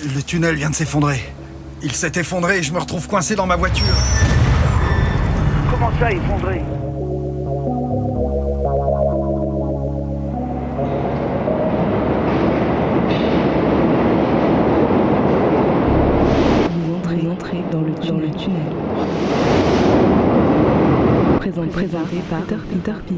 Le tunnel vient de s'effondrer. Il s'est effondré et je me retrouve coincé dans ma voiture. Comment ça, effondré? Vous entrez dans le tunnel. Présenté par Peter P.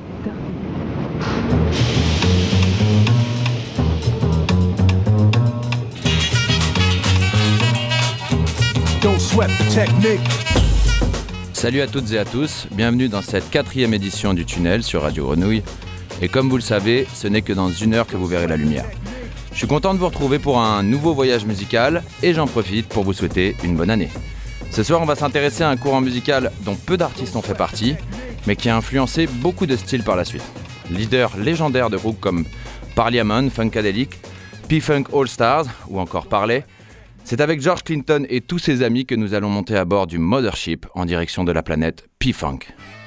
Don't sweat the technique. Salut à toutes et à tous, bienvenue dans cette 4e édition du Tunnel sur Radio Grenouille. Et comme vous le savez, ce n'est que dans 1 heure que vous verrez la lumière. Je suis content de vous retrouver pour un nouveau voyage musical et j'en profite pour vous souhaiter une bonne année. Ce soir, on va s'intéresser à un courant musical dont peu d'artistes ont fait partie, mais qui a influencé beaucoup de styles par la suite. Leader légendaire de groupes comme Parliament, Funkadelic, P-Funk All Stars ou encore Parley, c'est avec George Clinton et tous ses amis que nous allons monter à bord du Mothership en direction de la planète P-Funk.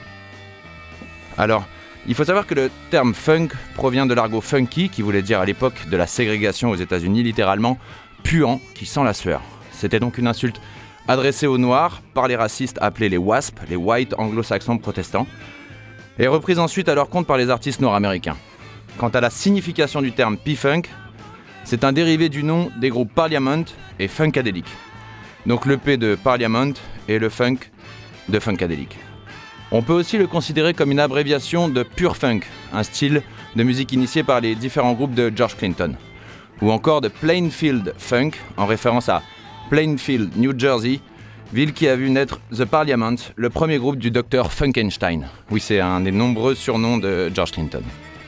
Alors, il faut savoir que le terme funk provient de l'argot funky qui voulait dire à l'époque de la ségrégation aux États-Unis littéralement puant qui sent la sueur. C'était donc une insulte adressée aux Noirs par les racistes appelés les WASP, les White Anglo-Saxons protestants, et reprise ensuite à leur compte par les artistes nord-américains. Quant à la signification du terme P-Funk, c'est un dérivé du nom des groupes Parliament et Funkadelic. Donc le P de Parliament et le Funk de Funkadelic. On peut aussi le considérer comme une abréviation de Pure Funk, un style de musique initié par les différents groupes de George Clinton. Ou encore de Plainfield Funk, en référence à Plainfield, New Jersey, ville qui a vu naître The Parliament, le premier groupe du Dr Funkenstein. Oui, c'est un des nombreux surnoms de George Clinton.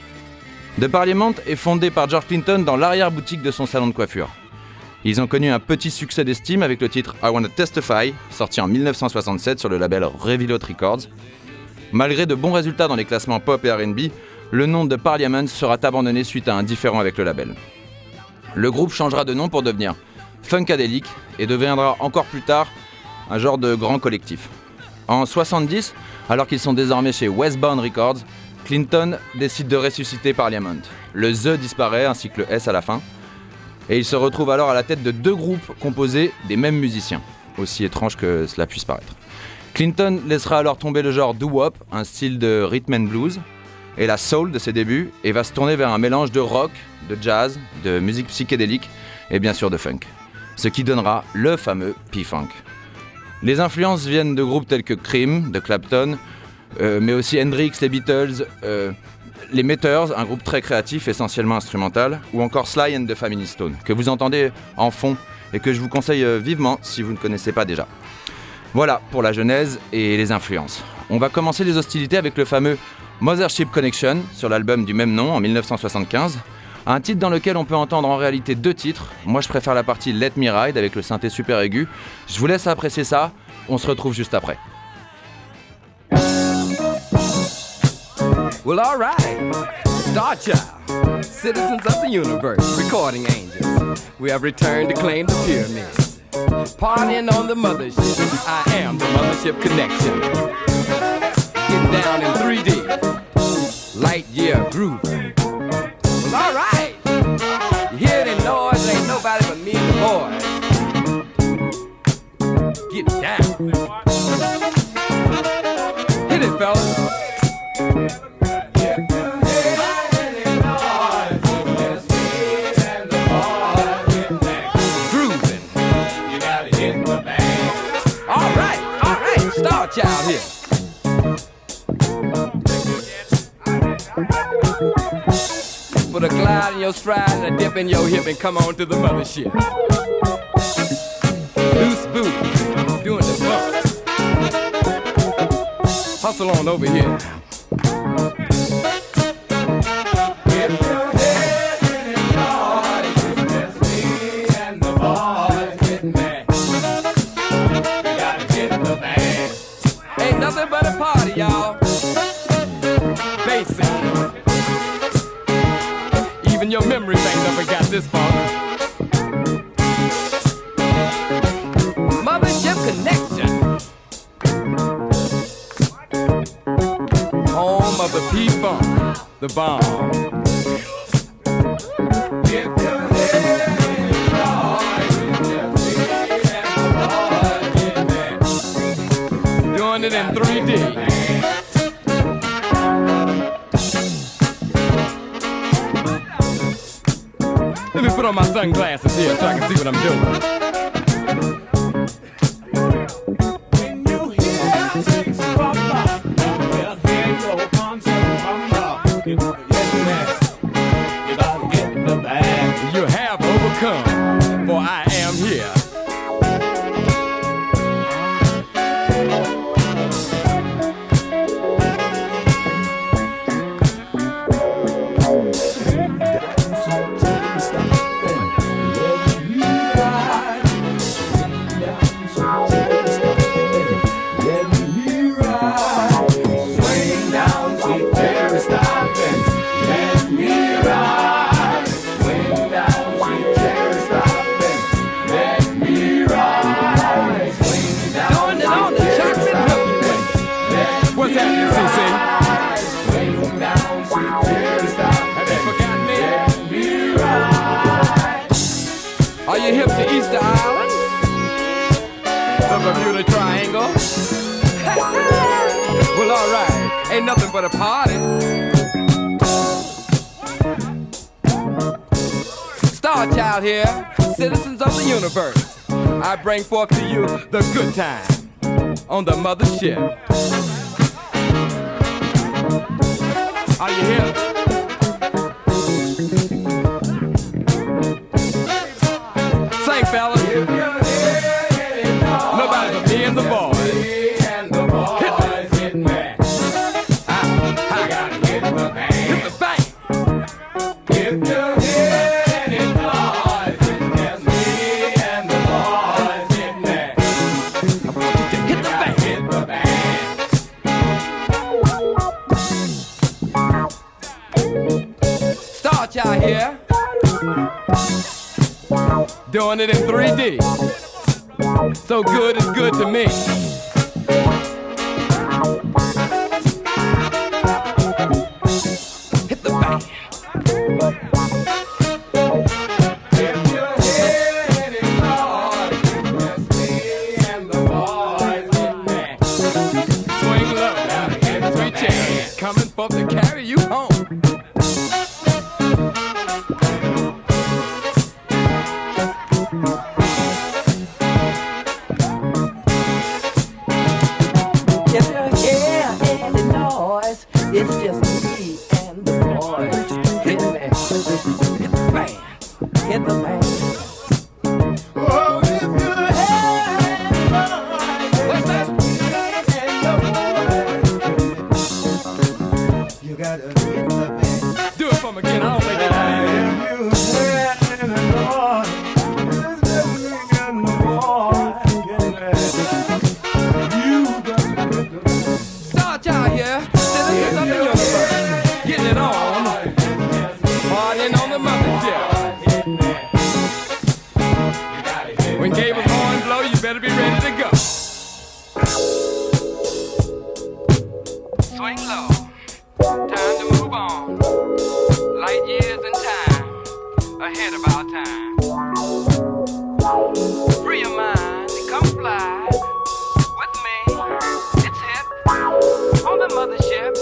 The Parliament est fondé par George Clinton dans l'arrière-boutique de son salon de coiffure. Ils ont connu un petit succès d'estime avec le titre I Wanna Testify, sorti en 1967 sur le label Revealed Records. Malgré de bons résultats dans les classements pop et R&B, le nom de Parliament sera abandonné suite à un différend avec le label. Le groupe changera de nom pour devenir Funkadelic et deviendra encore plus tard un genre de grand collectif. En 70, alors qu'ils sont désormais chez Westbound Records, Clinton décide de ressusciter Parliament. Le The disparaît ainsi que le S à la fin. Et il se retrouve alors à la tête de 2 groupes composés des mêmes musiciens, aussi étrange que cela puisse paraître. Clinton laissera alors tomber le genre doo-wop, un style de rhythm and blues, et la soul de ses débuts, et va se tourner vers un mélange de rock, de jazz, de musique psychédélique et bien sûr de funk. Ce qui donnera le fameux P-Funk. Les influences viennent de groupes tels que Cream, de Clapton, mais aussi Hendrix, les Beatles, les Meters, un groupe très créatif, essentiellement instrumental, ou encore Sly and the Family Stone, que vous entendez en fond et que je vous conseille vivement si vous ne connaissez pas déjà. Voilà pour la genèse et les influences. On va commencer les hostilités avec le fameux Mothership Connection sur l'album du même nom en 1975, un titre dans lequel on peut entendre en réalité 2 titres. Moi je préfère la partie Let Me Ride avec le synthé super aigu. Je vous laisse apprécier ça, on se retrouve juste après. Well, all right. Star Child, citizens of the universe, recording angels. We have returned to claim the pyramids. Partying on the mothership. I am the Mothership Connection. Getting down in 3D. Light year grooving. Well, all right. You hear the noise? Ain't nobody but me and the boys. Get down. Hit it, fellas. Child here. Put a glide in your stride and a dip in your hip and come on to the mothership. Loose booty, doing the bump. Hustle on over here. Nothing but a party, y'all. Basic. Even your memory bank never got this far. Mothership Connection. Home of the P-Funk, the bomb. If your head is Doing it in 3D. Let me put on my sunglasses here so I can see what I'm doing. You have overcome, for I am here. Are you hip to Easter Island? The Bermuda Triangle? Well, alright, ain't nothing but a party. Star Child here, citizens of the universe. I bring forth to you the good time on the mothership. Are you hip? Sing, fellas. Nobody but me and the boys. Hit me. I gotta hit the bang. Hit the bang. If you hear any noise, it's me and the boys. Hit me. I want you to hit the bang. Hit the bang. Star Child here. Doing it in 3D. So good is good to me. Hit the bang. If you hear any noise, it's me and the boys. Hit me. Swing low, sweet chance coming for to carry you home. It's just me and the boys. Hit me. Hit the bang. Hit the bang. Oh, if you have what's that? You gotta hit the bang. Do it for me again. I don't think it Star Child here. Citizens of the universe, getting it on, partying on the mothership. When Gable's horn blow, you better be ready to go. Swing low, time to move on. Light years in time, ahead of our time. Free your mind and come fly with me. It's hip on the mothership.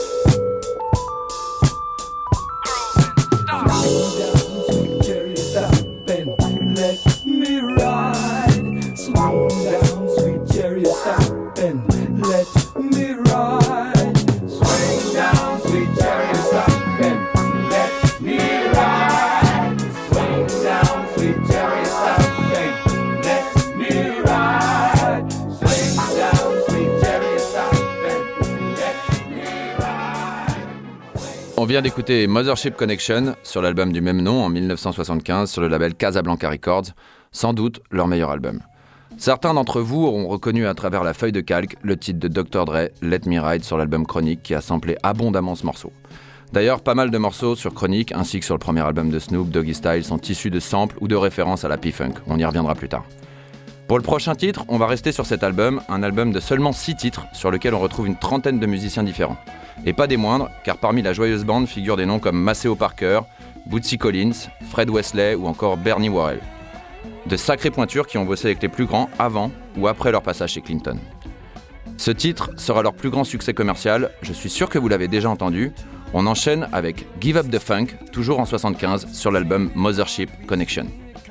On vient d'écouter Mothership Connection sur l'album du même nom en 1975 sur le label Casablanca Records, sans doute leur meilleur album. Certains d'entre vous auront reconnu à travers la feuille de calque le titre de Dr. Dre, Let Me Ride sur l'album Chronic qui a samplé abondamment ce morceau. D'ailleurs, pas mal de morceaux sur Chronic ainsi que sur le premier album de Snoop, Doggy Style, sont issus de samples ou de références à la P-Funk. On y reviendra plus tard. Pour le prochain titre, on va rester sur cet album, un album de seulement 6 titres sur lequel on retrouve une trentaine de musiciens différents. Et pas des moindres, car parmi la joyeuse bande figurent des noms comme Maceo Parker, Bootsy Collins, Fred Wesley ou encore Bernie Worrell. De sacrées pointures qui ont bossé avec les plus grands avant ou après leur passage chez Clinton. Ce titre sera leur plus grand succès commercial, je suis sûr que vous l'avez déjà entendu. On enchaîne avec Give Up the Funk, toujours en 75, sur l'album Mothership Connection.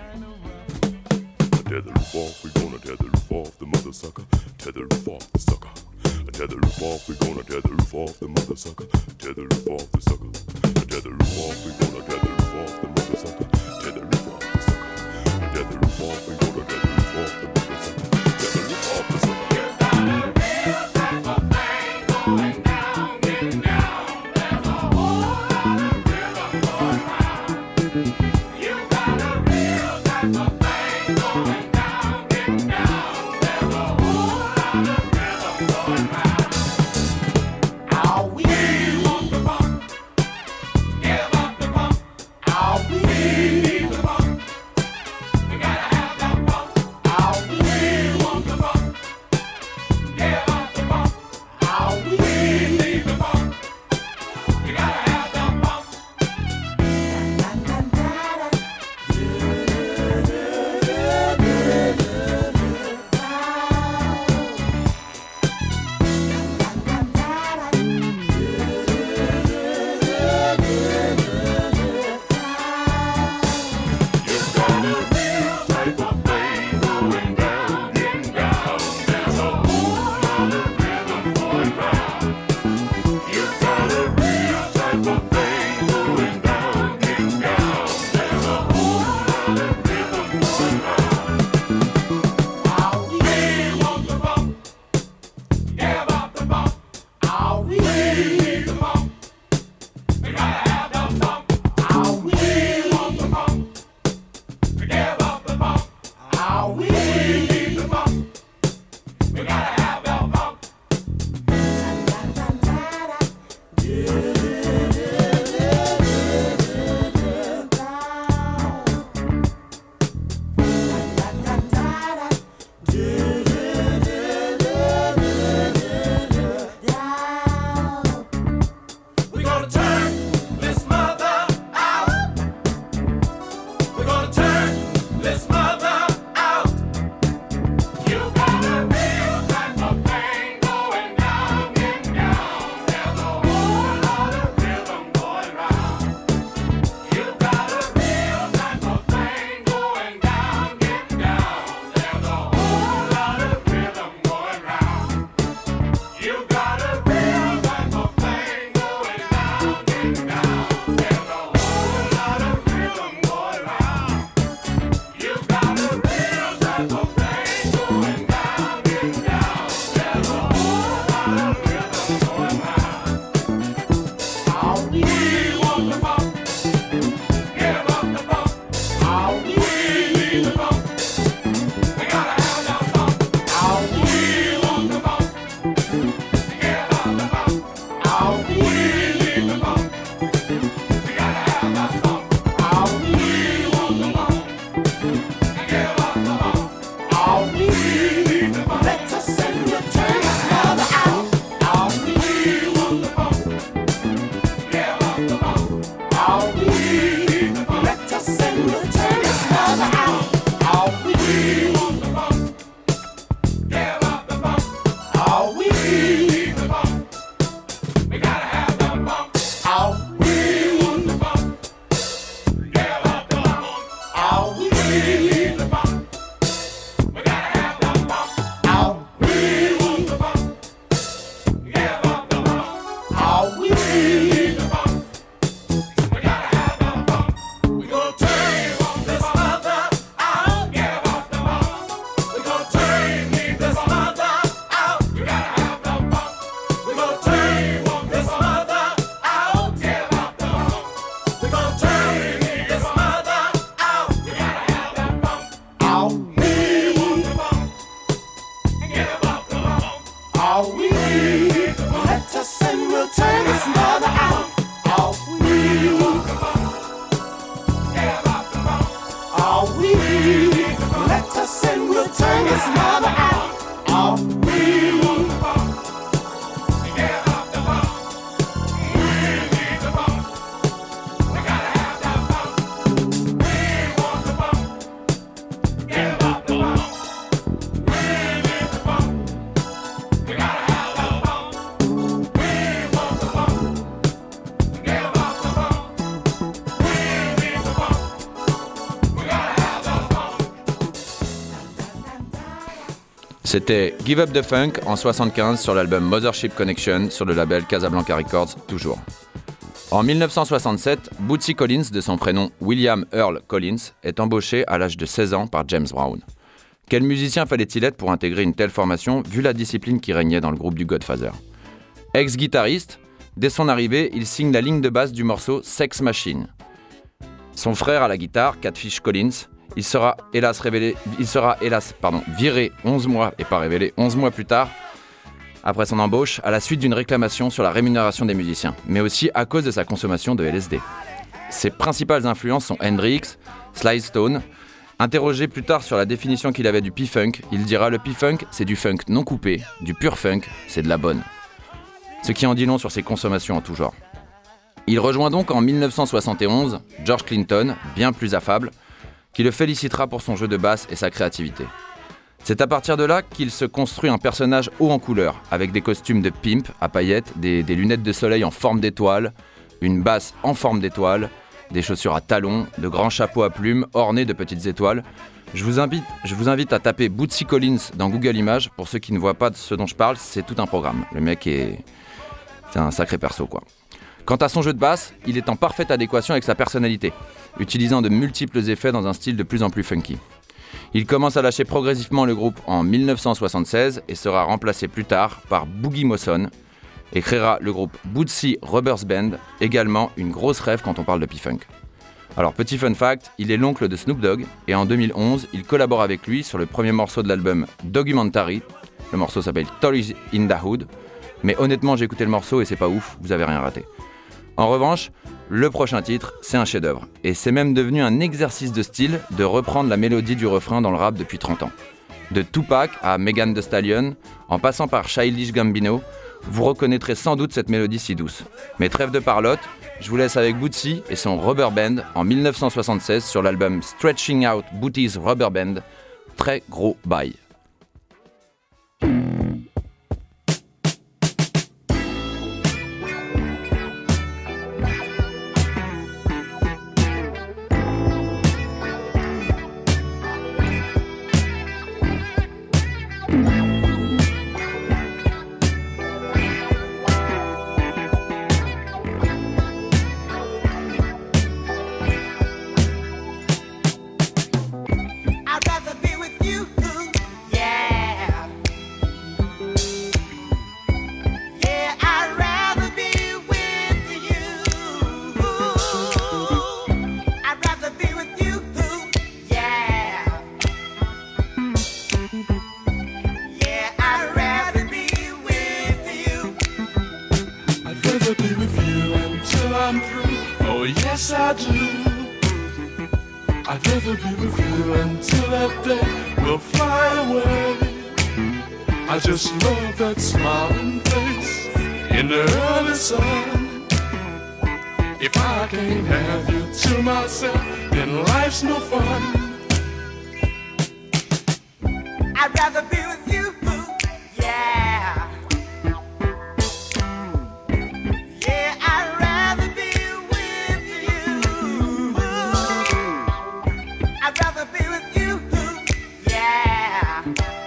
Tether the roof off, we gonna tether the roof off the mother sucker. Tether the roof off the sucker. Tether the roof off, we gonna tether the roof off the mother sucker. Tether the roof off the sucker. Tether the roof off, we gonna tether the roof off the mother sucker. Tether the roof off the sucker. Tether the roof off, we gonna tether the roof off the mother sucker. Tether the roof off the sucker. We gotta C'était Give Up the Funk en 75 sur l'album Mothership Connection sur le label Casablanca Records toujours. En 1967, Bootsy Collins, de son prénom William Earl Collins, est embauché à l'âge de 16 ans par James Brown. Quel musicien fallait-il être pour intégrer une telle formation vu la discipline qui régnait dans le groupe du Godfather ? Ex-guitariste, dès son arrivée, il signe la ligne de basse du morceau Sex Machine. Son frère à la guitare, Catfish Collins, il sera viré 11 mois plus tard, après son embauche, à la suite d'une réclamation sur la rémunération des musiciens, mais aussi à cause de sa consommation de LSD. Ses principales influences sont Hendrix, Sly Stone. Interrogé plus tard sur la définition qu'il avait du P-Funk, il dira « Le P-Funk, c'est du funk non coupé, du pur funk, c'est de la bonne ». Ce qui en dit long sur ses consommations en tout genre. Il rejoint donc en 1971 George Clinton, bien plus affable, qui le félicitera pour son jeu de basse et sa créativité. C'est à partir de là qu'il se construit un personnage haut en couleur, avec des costumes de pimp à paillettes, des lunettes de soleil en forme d'étoile, une basse en forme d'étoile, des chaussures à talons, de grands chapeaux à plumes ornés de petites étoiles. Je vous invite à taper Bootsy Collins dans Google Images. Pour ceux qui ne voient pas de ce dont je parle, c'est tout un programme. Le mec c'est un sacré perso, quoi. Quant à son jeu de basse, il est en parfaite adéquation avec sa personnalité, utilisant de multiples effets dans un style de plus en plus funky. Il commence à lâcher progressivement le groupe en 1976 et sera remplacé plus tard par Boogie Mawson et créera le groupe Bootsy Rubbers Band, également une grosse rêve quand on parle de P-Funk. Alors petit fun fact, il est l'oncle de Snoop Dogg et en 2011, il collabore avec lui sur le premier morceau de l'album Documentary. Le morceau s'appelle Toys in the Hood, mais honnêtement j'ai écouté le morceau et c'est pas ouf, vous avez rien raté. En revanche, le prochain titre, c'est un chef-d'œuvre. Et c'est même devenu un exercice de style de reprendre la mélodie du refrain dans le rap depuis 30 ans. De Tupac à Megan Thee Stallion, en passant par Childish Gambino, vous reconnaîtrez sans doute cette mélodie si douce. Mais trêve de parlotte, je vous laisse avec Bootsy et son Rubber Band en 1976 sur l'album Stretching Out Bootsy's Rubber Band. Très gros bail. I'd rather be with you until that day will fly away. I just love that smiling face in the early sun. If I can't have you to myself, then life's no fun. I'd rather be with you, yeah. Yeah, I'd rather be with you. I'd rather be with you, yeah.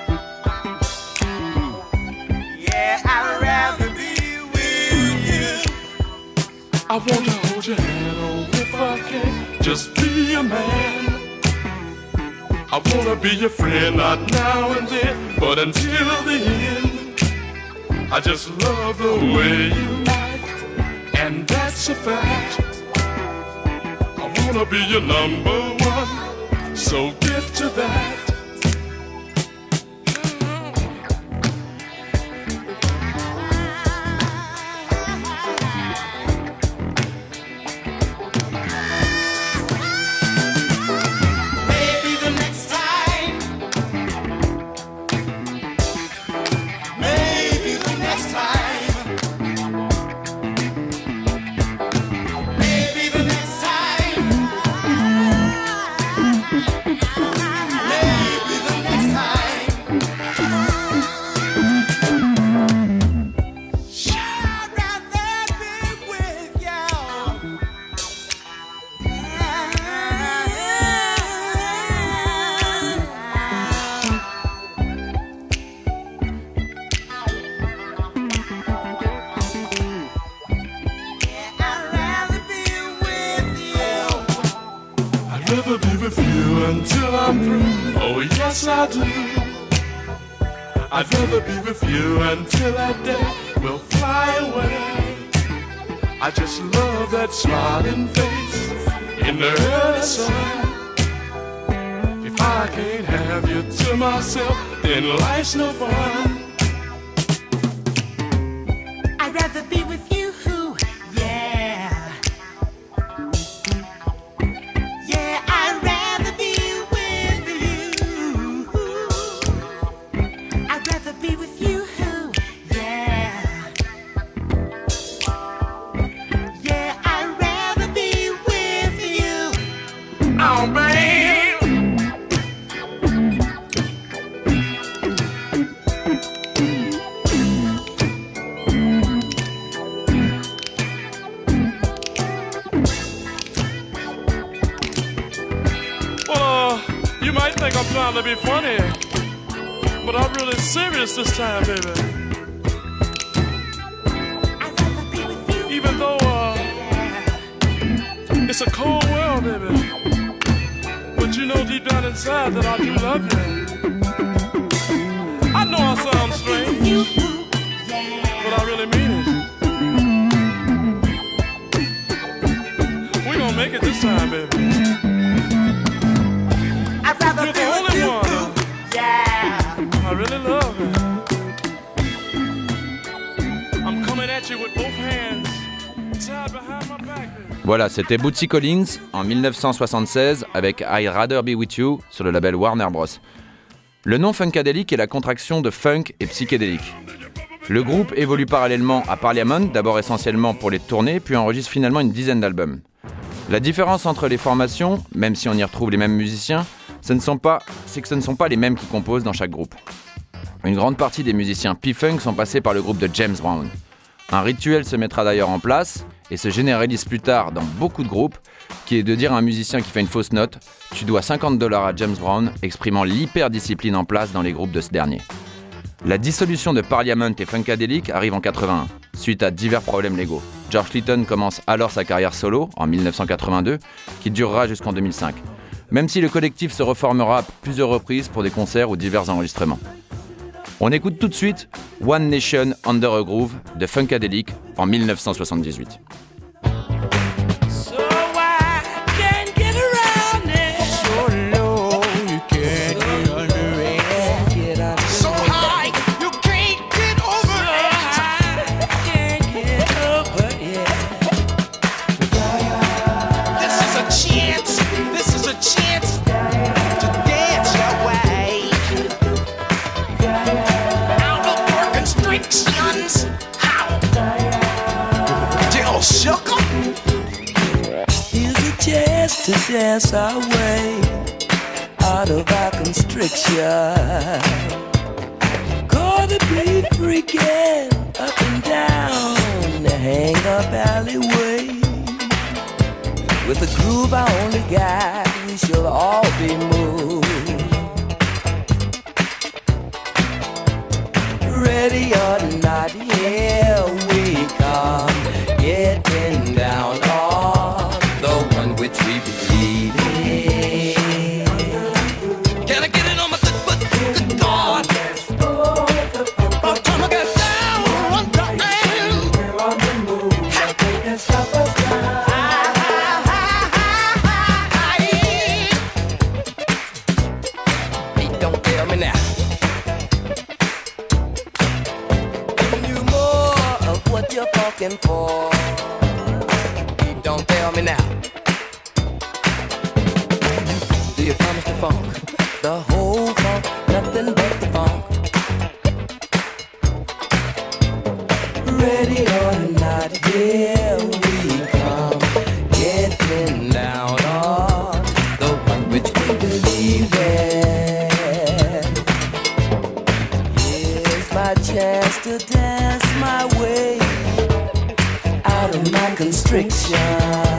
Yeah, I'd rather be with you. I wanna hold your hand, oh, if I can, just be a man. I wanna be your friend, not now and then, but until the end. I just love the way you act, and that's a fact. I wanna be your number one, so get to that. Maybe Oh, yes, I do. I'd rather be with you until that day will fly away. I just love that smiling face in the early sun. If I can't have you to myself, then life's no fun. I'd rather be with you, yeah. Yeah, I'd rather be with you. I'd rather be with you, yeah. Yeah, I'd rather be with you. Oh, man. You might think I'm trying to be funny, but I'm really serious this time, baby. Even though it's a cold world, baby, but you know deep down inside that I do love you. I know I sound strange, but I really mean it. We're gonna make it this time, baby. You're the only one. Yeah. I really love it. I'm coming at you with both hands tied behind my back. Voilà, c'était Bootsy Collins en 1976 avec I'd Rather Be With You sur le label Warner Bros. Le nom Funkadelic est la contraction de funk et psychédélique. Le groupe évolue parallèlement à Parliament, d'abord essentiellement pour les tournées, puis enregistre finalement une dizaine d'albums. La différence entre les formations, même si on y retrouve les mêmes musiciens, c'est que ce ne sont pas les mêmes qui composent dans chaque groupe. Une grande partie des musiciens P-Funk sont passés par le groupe de James Brown. Un rituel se mettra d'ailleurs en place et se généralise plus tard dans beaucoup de groupes, qui est de dire à un musicien qui fait une fausse note « Tu dois $50 à James Brown », exprimant l'hyperdiscipline en place dans les groupes de ce dernier. La dissolution de Parliament et Funkadelic arrive en 81, suite à divers problèmes légaux. George Clinton commence alors sa carrière solo, en 1982, qui durera jusqu'en 2005. Même si le collectif se reformera à plusieurs reprises pour des concerts ou divers enregistrements. On écoute tout de suite One Nation Under a Groove de Funkadelic en 1978. To dance our way out of our constriction. Gonna be freaking up and down the hang-up alleyway. With a groove our only guide, we shall all be moved. Ready or not, here we come, getting down on the one which we believe in. Can I get it on my good foot? Good God. I'm gonna get down on time. They can stop us now. Hey, don't tell me now. Giving you more of what you're fucking for. Hey, don't tell me now. Do you promise the funk? The whole funk, nothing but the funk. Ready or not, here we come, getting down on the one which we believe in. Here's my chance to dance my way out of my constriction.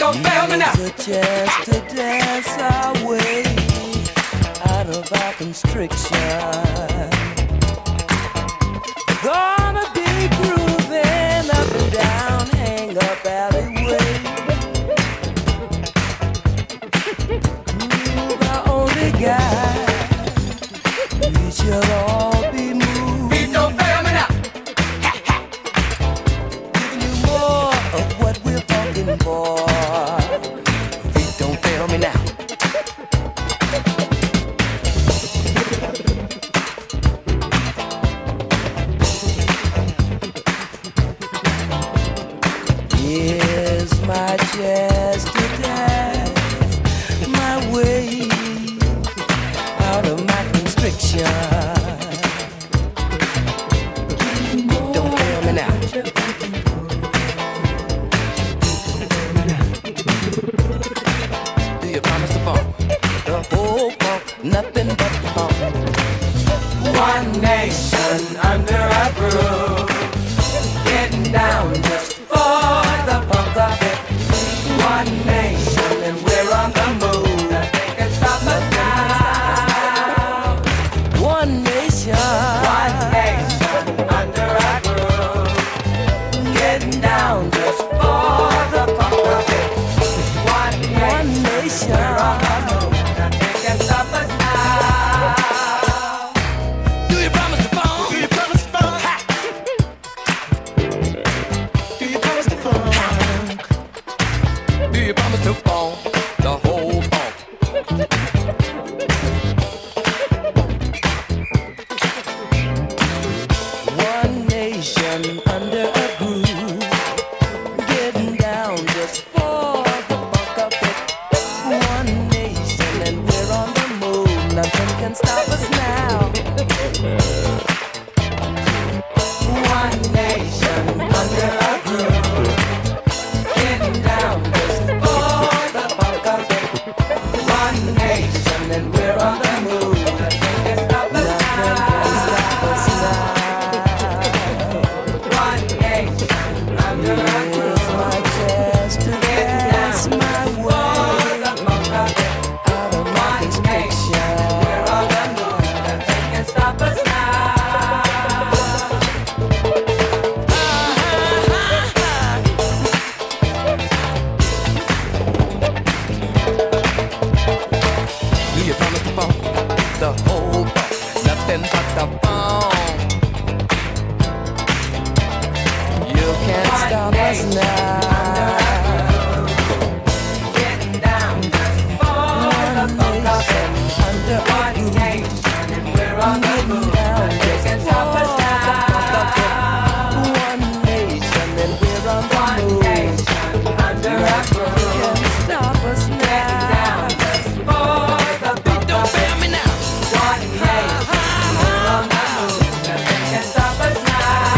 don't fail me now. It's a chance to dance our way out of our constriction. Gonna be grooving up and down, hang up alleyway. Groove our only guide. We shall all be moved. Beat don't fail me now. Giving you more of what we're talking for. Beat don't fail me now. Here's my chance to dance my way out of my constriction. Don't fail me now. Do you promise to fall? The whole funk, nothing but the funk. One nation under a groove, getting down just for the funk of it. One nation and we're on the move. Nothing can stop us now. One nation, One nation under a groove, getting down just for the funk of it. One nation, we're on the move. Nothing can stop us now. Do you promise to fall? Do you promise to fall? Ha! Do you promise to fall? Do you promise to fall? The whole funk. one nation under a groove, getting down just for the funk of it. One nation and we're on the move, nothing can stop us now. One nation under a groove, getting down just for the funk of it. One nation and we're on the move. Nothing can stop us now. One nation under a groove, Here's my chance to dance my way the funk of it. out of my constriction. We're on the move. Nothing can stop us now. Do you promise to fall? The whole funk, nothing but the funk. You can't stop us now. Getting down just for the funk of it. Under a One groove, nation and we're on the move. down Nothing just can for stop us the funk of now. it. One nation and we're on the One move. nation under a groove. Can't stop us Down now. just for the funk of it. me now. One nation, we're on the move. Nothing can stop us now.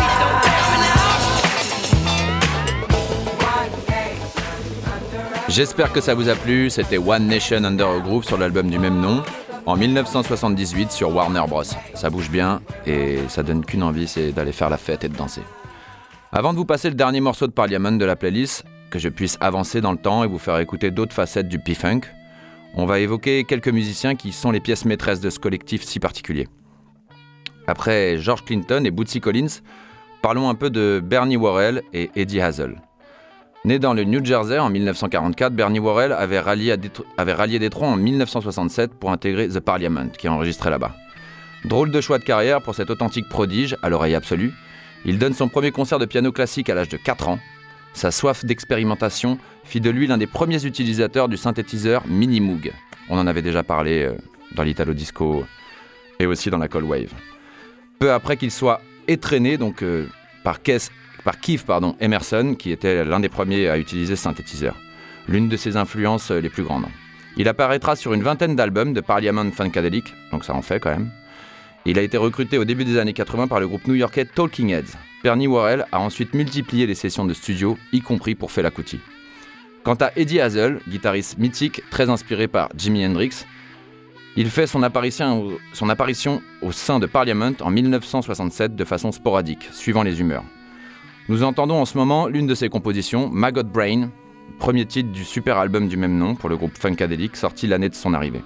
One nation under a J'espère que ça vous a plu, c'était One Nation Under a Groove sur l'album du même nom, en 1978 sur Warner Bros. Ça bouge bien et ça donne qu'une envie, c'est d'aller faire la fête et de danser. Avant de vous passer le dernier morceau de Parliament de la playlist, que je puisse avancer dans le temps et vous faire écouter d'autres facettes du P-Funk, on va évoquer quelques musiciens qui sont les pièces maîtresses de ce collectif si particulier. Après George Clinton et Bootsy Collins, parlons un peu de Bernie Worrell et Eddie Hazel. Né dans le New Jersey en 1944, Bernie Worrell avait rallié Détroit en 1967 pour intégrer The Parliament, qui est enregistré là-bas. Drôle de choix de carrière pour cet authentique prodige, à l'oreille absolue. Il donne son premier concert de piano classique à l'âge de 4 ans. Sa soif d'expérimentation fit de lui l'un des premiers utilisateurs du synthétiseur Mini Moog. On en avait déjà parlé dans l'Italo Disco et aussi dans la Cold Wave. Peu après qu'il soit étrenné par Keith Emerson, qui était l'un des premiers à utiliser ce synthétiseur. L'une de ses influences les plus grandes. Il apparaîtra sur une vingtaine d'albums de Parliament Funkadelic, donc ça en fait quand même. Il a été recruté au début des années 80 par le groupe new-yorkais Talking Heads. Bernie Worrell a ensuite multiplié les sessions de studio, y compris pour Fela Kuti. Quant à Eddie Hazel, guitariste mythique, très inspiré par Jimi Hendrix, il fait son apparition au sein de Parliament en 1967 de façon sporadique, suivant les humeurs. Nous entendons en ce moment l'une de ses compositions, Maggot Brain, premier titre du super album du même nom pour le groupe Funkadelic, sorti l'année de son arrivée.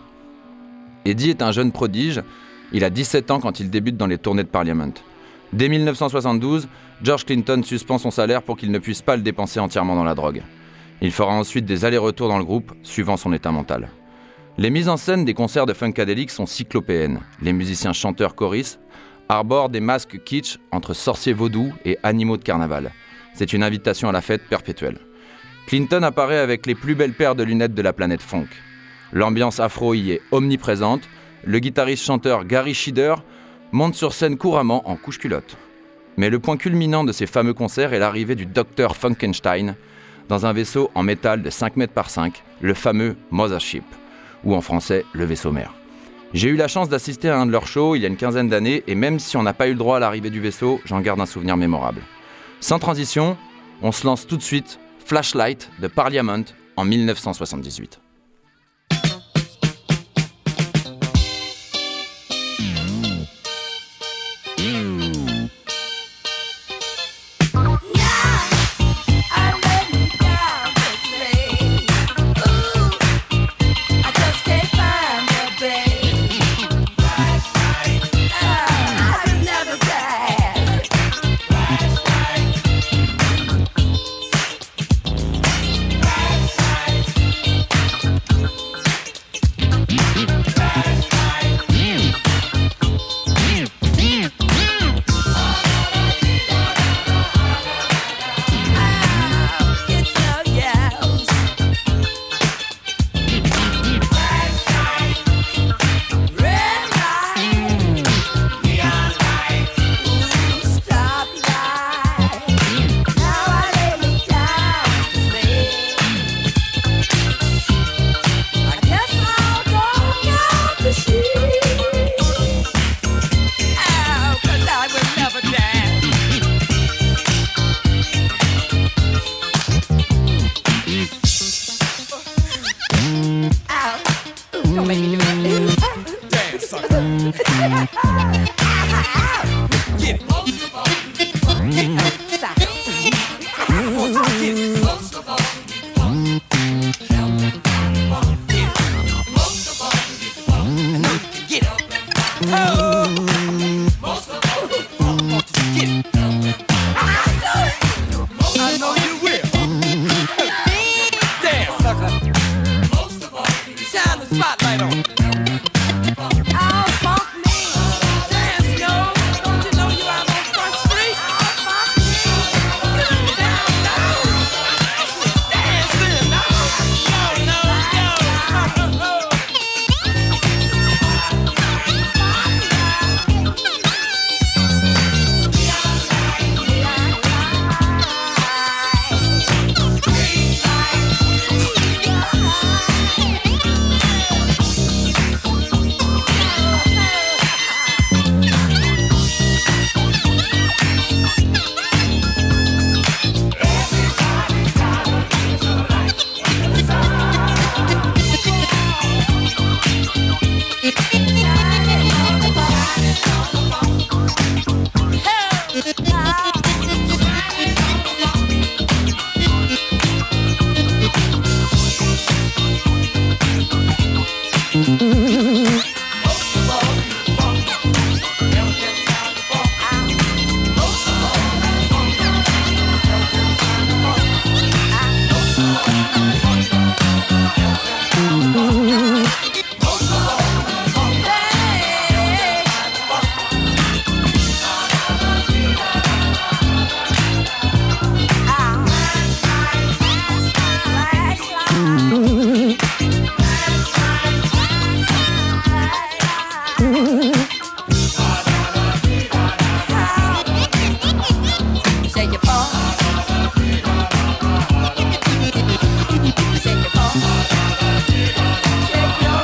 Eddie est un jeune prodige, il a 17 ans quand il débute dans les tournées de Parliament. Dès 1972, George Clinton suspend son salaire pour qu'il ne puisse pas le dépenser entièrement dans la drogue. Il fera ensuite des allers-retours dans le groupe, suivant son état mental. Les mises en scène des concerts de Funkadelic sont cyclopéennes. Les musiciens chanteurs choristes arborent des masques kitsch entre sorciers vaudous et animaux de carnaval. C'est une invitation à la fête perpétuelle. Clinton apparaît avec les plus belles paires de lunettes de la planète funk. L'ambiance afro y est omniprésente. Le guitariste-chanteur Gary Schieder monte sur scène couramment en couche-culotte. Mais le point culminant de ces fameux concerts est l'arrivée du Dr Funkenstein dans un vaisseau en métal de 5 mètres par 5, le fameux Mothership, ou en français, le vaisseau mère. J'ai eu la chance d'assister à un de leurs shows il y a une quinzaine d'années, et même si on n'a pas eu le droit à l'arrivée du vaisseau, j'en garde un souvenir mémorable. Sans transition, on se lance tout de suite Flashlight de Parliament en 1978. Shake your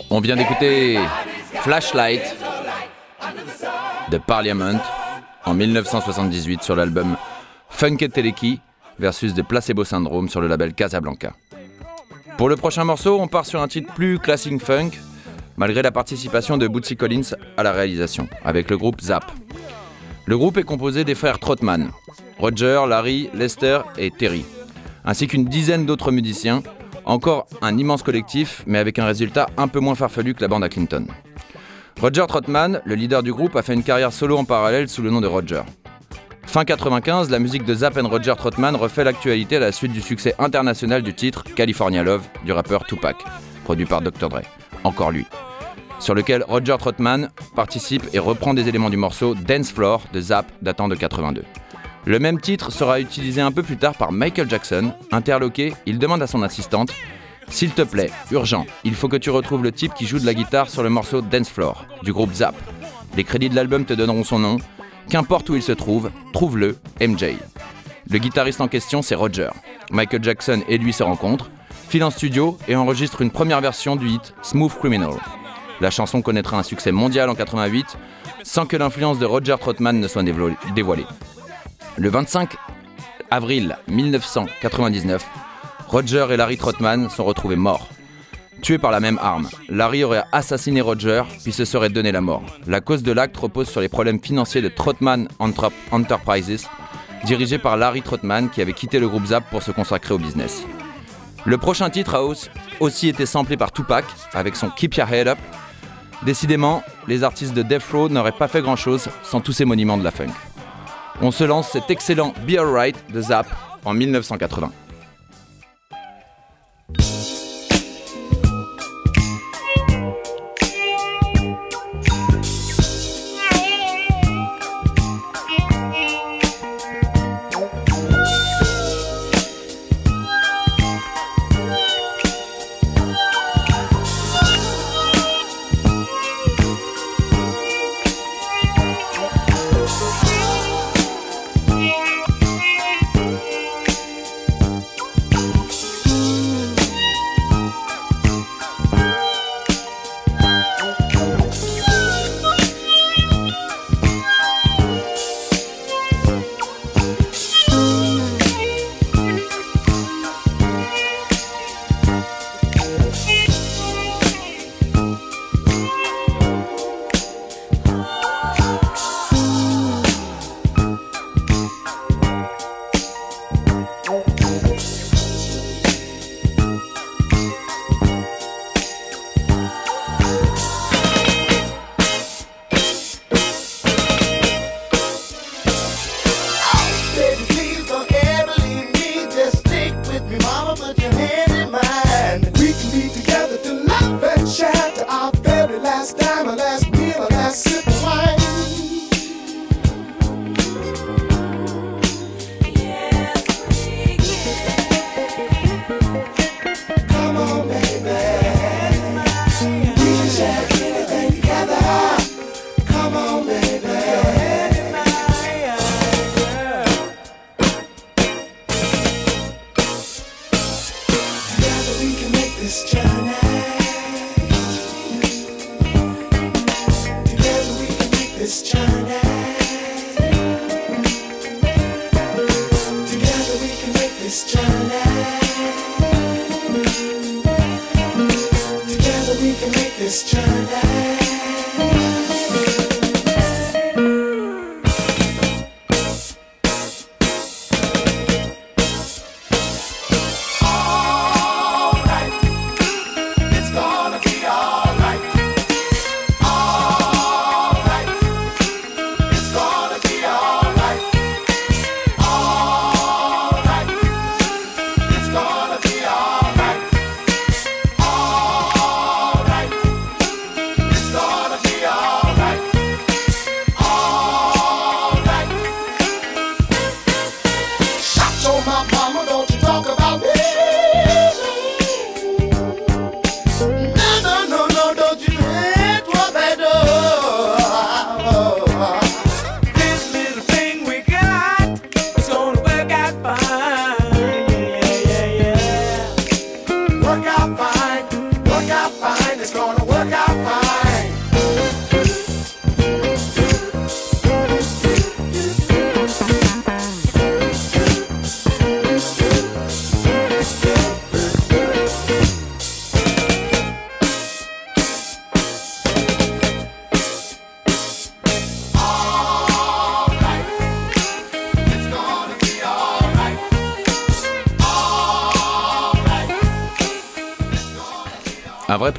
On vient d'écouter Flashlight de Parliament en 1978 sur l'album Funketeleki versus The Placebo Syndrome sur le label Casablanca. Pour le prochain morceau, on part sur un titre plus classic funk, malgré la participation de Bootsy Collins à la réalisation, avec le groupe Zapp. Le groupe est composé des frères Trotman, Roger, Larry, Lester et Terry, ainsi qu'une dizaine d'autres musiciens, encore un immense collectif, mais avec un résultat un peu moins farfelu que la bande à Clinton. Roger Trotman, le leader du groupe, a fait une carrière solo en parallèle sous le nom de Roger. Fin 95, la musique de Zapp & Roger Trotman refait l'actualité à la suite du succès international du titre California Love du rappeur Tupac, produit par Dr. Dre, encore lui, sur lequel Roger Trotman participe et reprend des éléments du morceau Dance Floor de Zapp datant de 82. Le même titre sera utilisé un peu plus tard par Michael Jackson. Interloqué, il demande à son assistante « S'il te plaît, urgent, il faut que tu retrouves le type qui joue de la guitare sur le morceau Dance Floor du groupe Zapp. Les crédits de l'album te donneront son nom. Qu'importe où il se trouve, trouve-le, MJ. » Le guitariste en question, c'est Roger. Michael Jackson et lui se rencontrent, filent en studio et enregistrent une première version du hit Smooth Criminal. La chanson connaîtra un succès mondial en 88, sans que l'influence de Roger Trotman ne soit dévoilée. Le 25 avril 1999, Roger et Larry Trotman sont retrouvés morts. Tués par la même arme, Larry aurait assassiné Roger, puis se serait donné la mort. La cause de l'acte repose sur les problèmes financiers de Trotman Enterprises, dirigé par Larry Trotman, qui avait quitté le groupe Zapp pour se consacrer au business. Le prochain titre a aussi été samplé par Tupac, avec son Keep Your Head Up. Décidément, les artistes de Death Row n'auraient pas fait grand-chose sans tous ces monuments de la funk. On se lance cet excellent Be Alright de Zapp en 1980.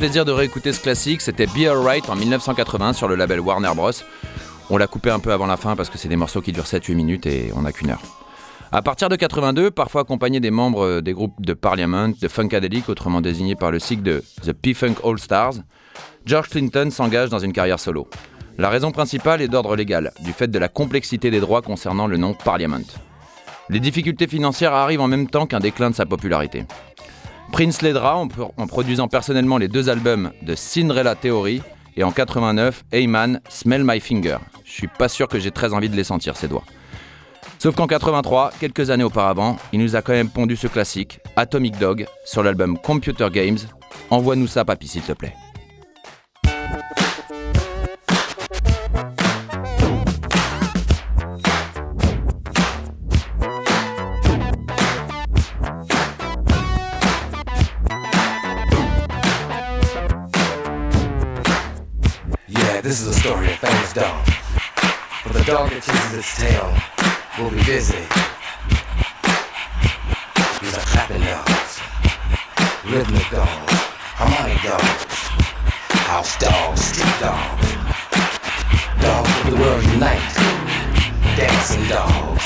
plaisir de réécouter ce classique, c'était Be Alright en 1980 sur le label Warner Bros. On l'a coupé un peu avant la fin parce que c'est des morceaux qui durent 7-8 minutes et on n'a qu'une heure. À partir de 82, parfois accompagné des membres des groupes de Parliament, de Funkadelic, autrement désignés par le sigle de The P-Funk All Stars, George Clinton s'engage dans une carrière solo. La raison principale est d'ordre légal, du fait de la complexité des droits concernant le nom Parliament. Les difficultés financières arrivent en même temps qu'un déclin de sa popularité. Prince l'aidera en produisant personnellement les 2 albums de Cinderella Theory et en 89, Hey Man, Smell My Finger. Je suis pas sûr que j'ai très envie de les sentir, ces doigts. Sauf qu'en 83, quelques années auparavant, il nous a quand même pondu ce classique, Atomic Dog, sur l'album Computer Games. Envoie-nous ça, papy, s'il te plaît. Yeah, this is a story of famous dog. For the dog that chases its tail will be busy. These are clapping dogs, rhythmic dogs, harmonic dogs, house dogs, street dogs, dogs of the world unite, dancing dogs.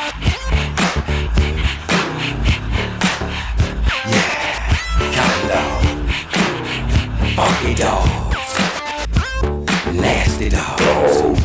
Yeah, counting dogs, funky dogs, nasty dogs.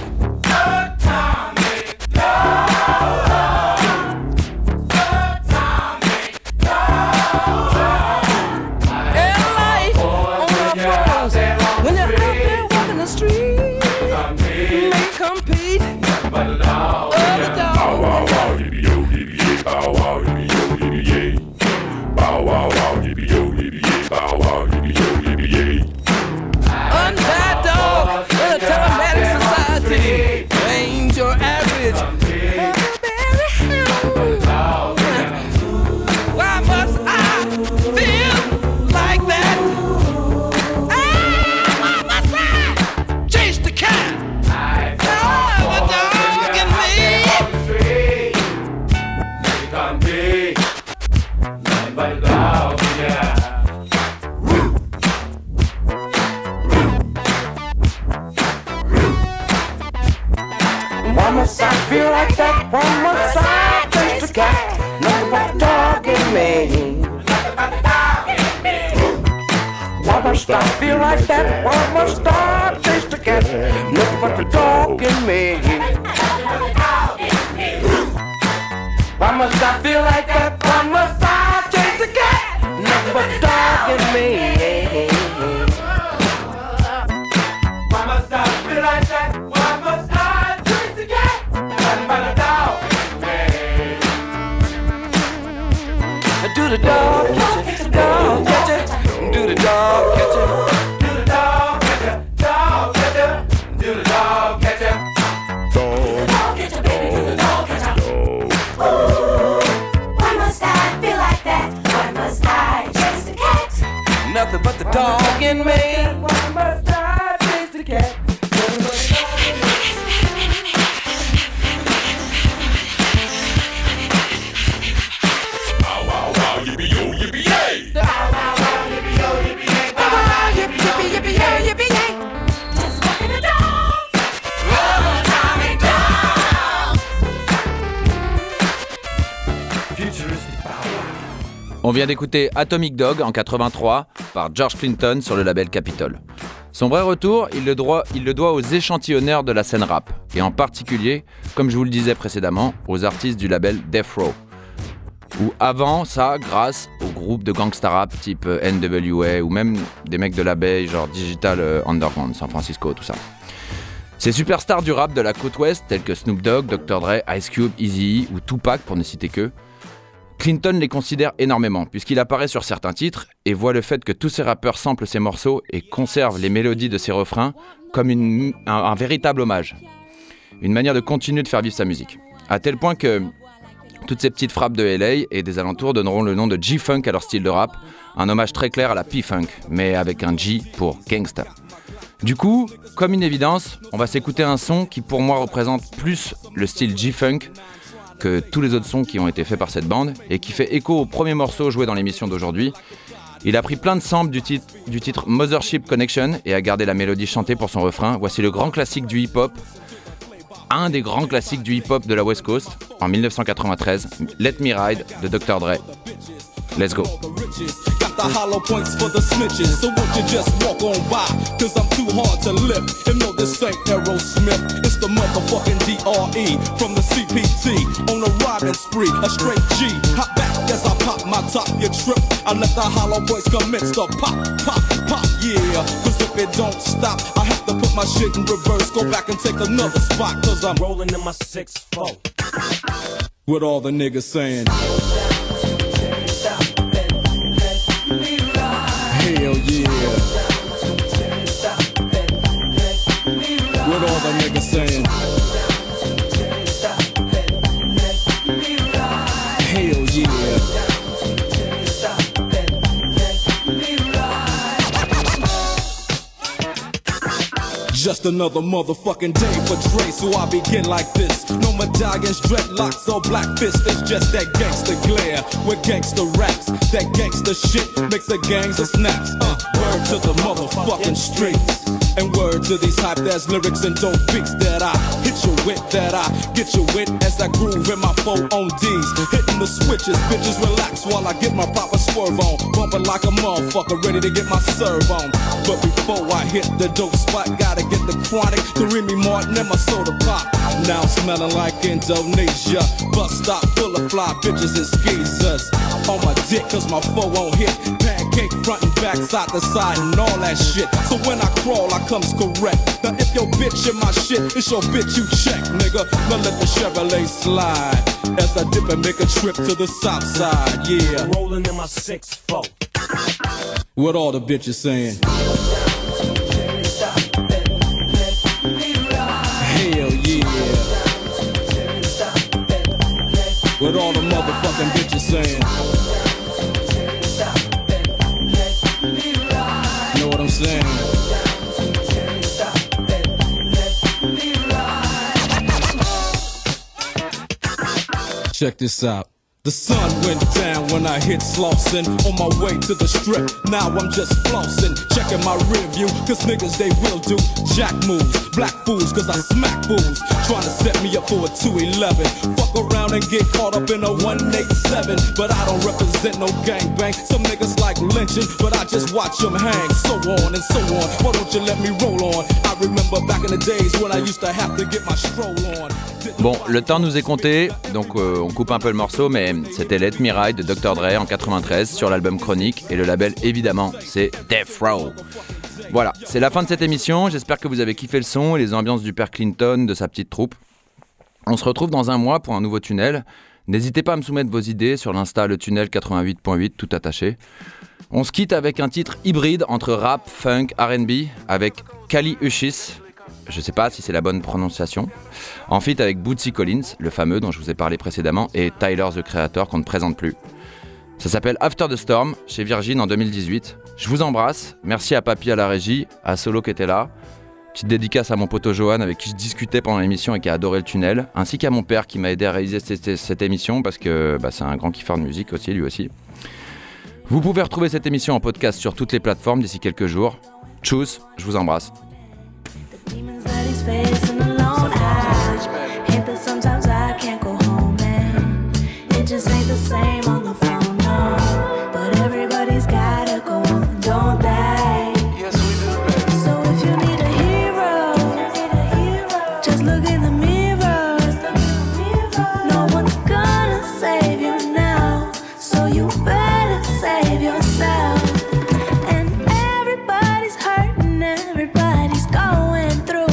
On vient d'écouter Atomic Dog en 83 par George Clinton sur le label Capitol. Son vrai retour, il le doit aux échantillonneurs de la scène rap, et en particulier, comme je vous le disais précédemment, aux artistes du label Death Row. Ou avant ça, grâce aux groupes de gangsta rap type NWA ou même des mecs de la Bay genre Digital Underground, San Francisco, tout ça. Ces superstars du rap de la côte ouest, tels que Snoop Dogg, Dr. Dre, Ice Cube, Eazy-E ou Tupac pour ne citer qu'eux, Clinton les considère énormément puisqu'il apparaît sur certains titres et voit le fait que tous ces rappeurs samplent ses morceaux et conservent les mélodies de ses refrains comme un véritable hommage. Une manière de continuer de faire vivre sa musique. À tel point que toutes ces petites frappes de LA et des alentours donneront le nom de G-Funk à leur style de rap, un hommage très clair à la P-Funk, mais avec un G pour gangsta. Du coup, comme une évidence, on va s'écouter un son qui pour moi représente plus le style G-Funk que tous les autres sons qui ont été faits par cette bande et qui fait écho au premier morceau joué dans l'émission d'aujourd'hui. Il a pris plein de samples du titre Mothership Connection et a gardé la mélodie chantée pour son refrain. Voici le grand classique du hip-hop, un des grands classiques du hip-hop de la West Coast, en 1993, Let Me Ride de Dr. Dre. Let's go. Got the hollow points for the snitches, so won't you just walk on by? Cause I'm too hard to lift. And no, this ain't Aerosmith, it's the motherfucking DRE from the CPT. On a riding spree, a straight G. Hop back as I pop my top, you trip. I let the hollow points commence to pop, pop, pop, yeah. Cause if it don't stop, I have to put my shit in reverse. Go back and take another spot, cause I'm rolling in my 6-4. What all the niggas saying? Hell yeah. What all the niggas saying? Hell yeah. Just another motherfucking day for Dre, so I begin like this. No medallions, dreadlocks, or black fists. It's just that gangster glare with gangster raps. That gangster shit makes the gangs of snaps. Word to the motherfucking streets. And word to these hype-ass lyrics and dope beats that I hit you with, that I get you with as I groove in my 4 on D's. Hitting the switches, bitches relax while I get my proper swerve on. Bumping like a motherfucker, ready to get my serve on. But before I hit the dope spot, gotta get the chronic, the Remy Martin and my soda pop. Now smelling like Indonesia. Bus stop full of fly bitches and skeezers. On my dick cause my 4 on hit. Pancake front and back, side to side and all that shit. So when I crawl, I comes correct. Now if your bitch in my shit, it's your bitch you check, nigga. Now let the Chevrolet slide as I dip and make a trip to the south side, yeah. Rolling in my 6-4. What all the bitches saying? Hell yeah. What all the motherfucking bitches saying? Know what I'm saying? Check this out. The sun went down when I hit Slauson. On my way to the strip, now I'm just flossing. Checking my rear view, cause niggas they will do jack moves. Black fools, cause I smack fools. Trying to set me up for a 211. Fuck around and get caught up in a 187. But I don't represent no gangbang. Some niggas like lynching, but I just watch them hang. So on and so on, why don't you let me roll on? I remember back in the days when I used to have to get my stroll on. Bon, le temps nous est compté, donc on coupe un peu le morceau, mais c'était Let Me Ride de Dr. Dre en 93 sur l'album Chronic, et le label évidemment c'est Death Row. Voilà, c'est la fin de cette émission, j'espère que vous avez kiffé le son et les ambiances du père Clinton, de sa petite troupe. On se retrouve dans un mois pour un nouveau tunnel. N'hésitez pas à me soumettre vos idées sur l'Insta le tunnel 88.8 tout attaché. On se quitte avec un titre hybride entre rap, funk, R&B avec Kali Uchis. Je sais pas si c'est la bonne prononciation. En feat avec Bootsy Collins, le fameux dont je vous ai parlé précédemment, et Tyler the Creator qu'on ne présente plus. Ça s'appelle After the Storm, chez Virgin en 2018. Je vous embrasse, merci à Papy à la régie, à Solo qui était là. Petite dédicace à mon poteau Johan avec qui je discutais pendant l'émission et qui a adoré le tunnel, ainsi qu'à mon père qui m'a aidé à réaliser cette émission parce que c'est un grand kiffeur de musique aussi, lui aussi. Vous pouvez retrouver cette émission en podcast sur toutes les plateformes d'ici quelques jours. Tchuss, je vous embrasse. Facing alone, I hate that sometimes I can't go home, and it just ain't the same on the phone, no. But everybody's gotta go on, don't they? Yes, we do. So if you need a hero, just look in the mirror. No one's gonna save you now, so you better save yourself. And everybody's hurting, everybody's going through.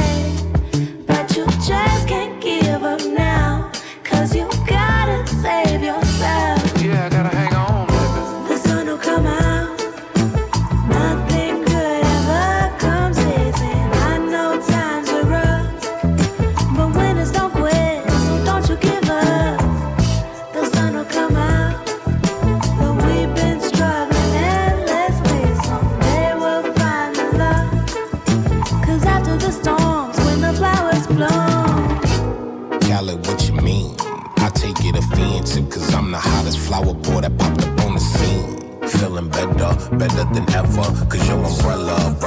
Just can't give up now, cause you gotta save yourself. Yeah, I gotta hang on, baby. The sun will come out, nothing good ever comes easy. I know times are rough, but winners don't quit, so don't you give up. The sun will come out, but we've been struggling endlessly. Someday we'll find the love, cause after the storms, when the flowers bloom. What you mean? I take it offensive, cause I'm the hottest flower boy that popped up on the scene. Feeling feeling better than ever. Cause your umbrella.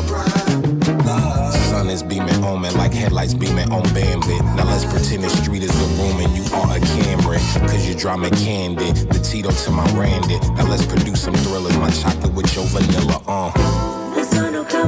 Sun is beaming on me like headlights beaming on Bambi. Now let's pretend the street is a room and you are a Camry. Cause you draw me candid, the Tito to my Randy. Now let's produce some thrillers, my chocolate with your vanilla, The sun will come.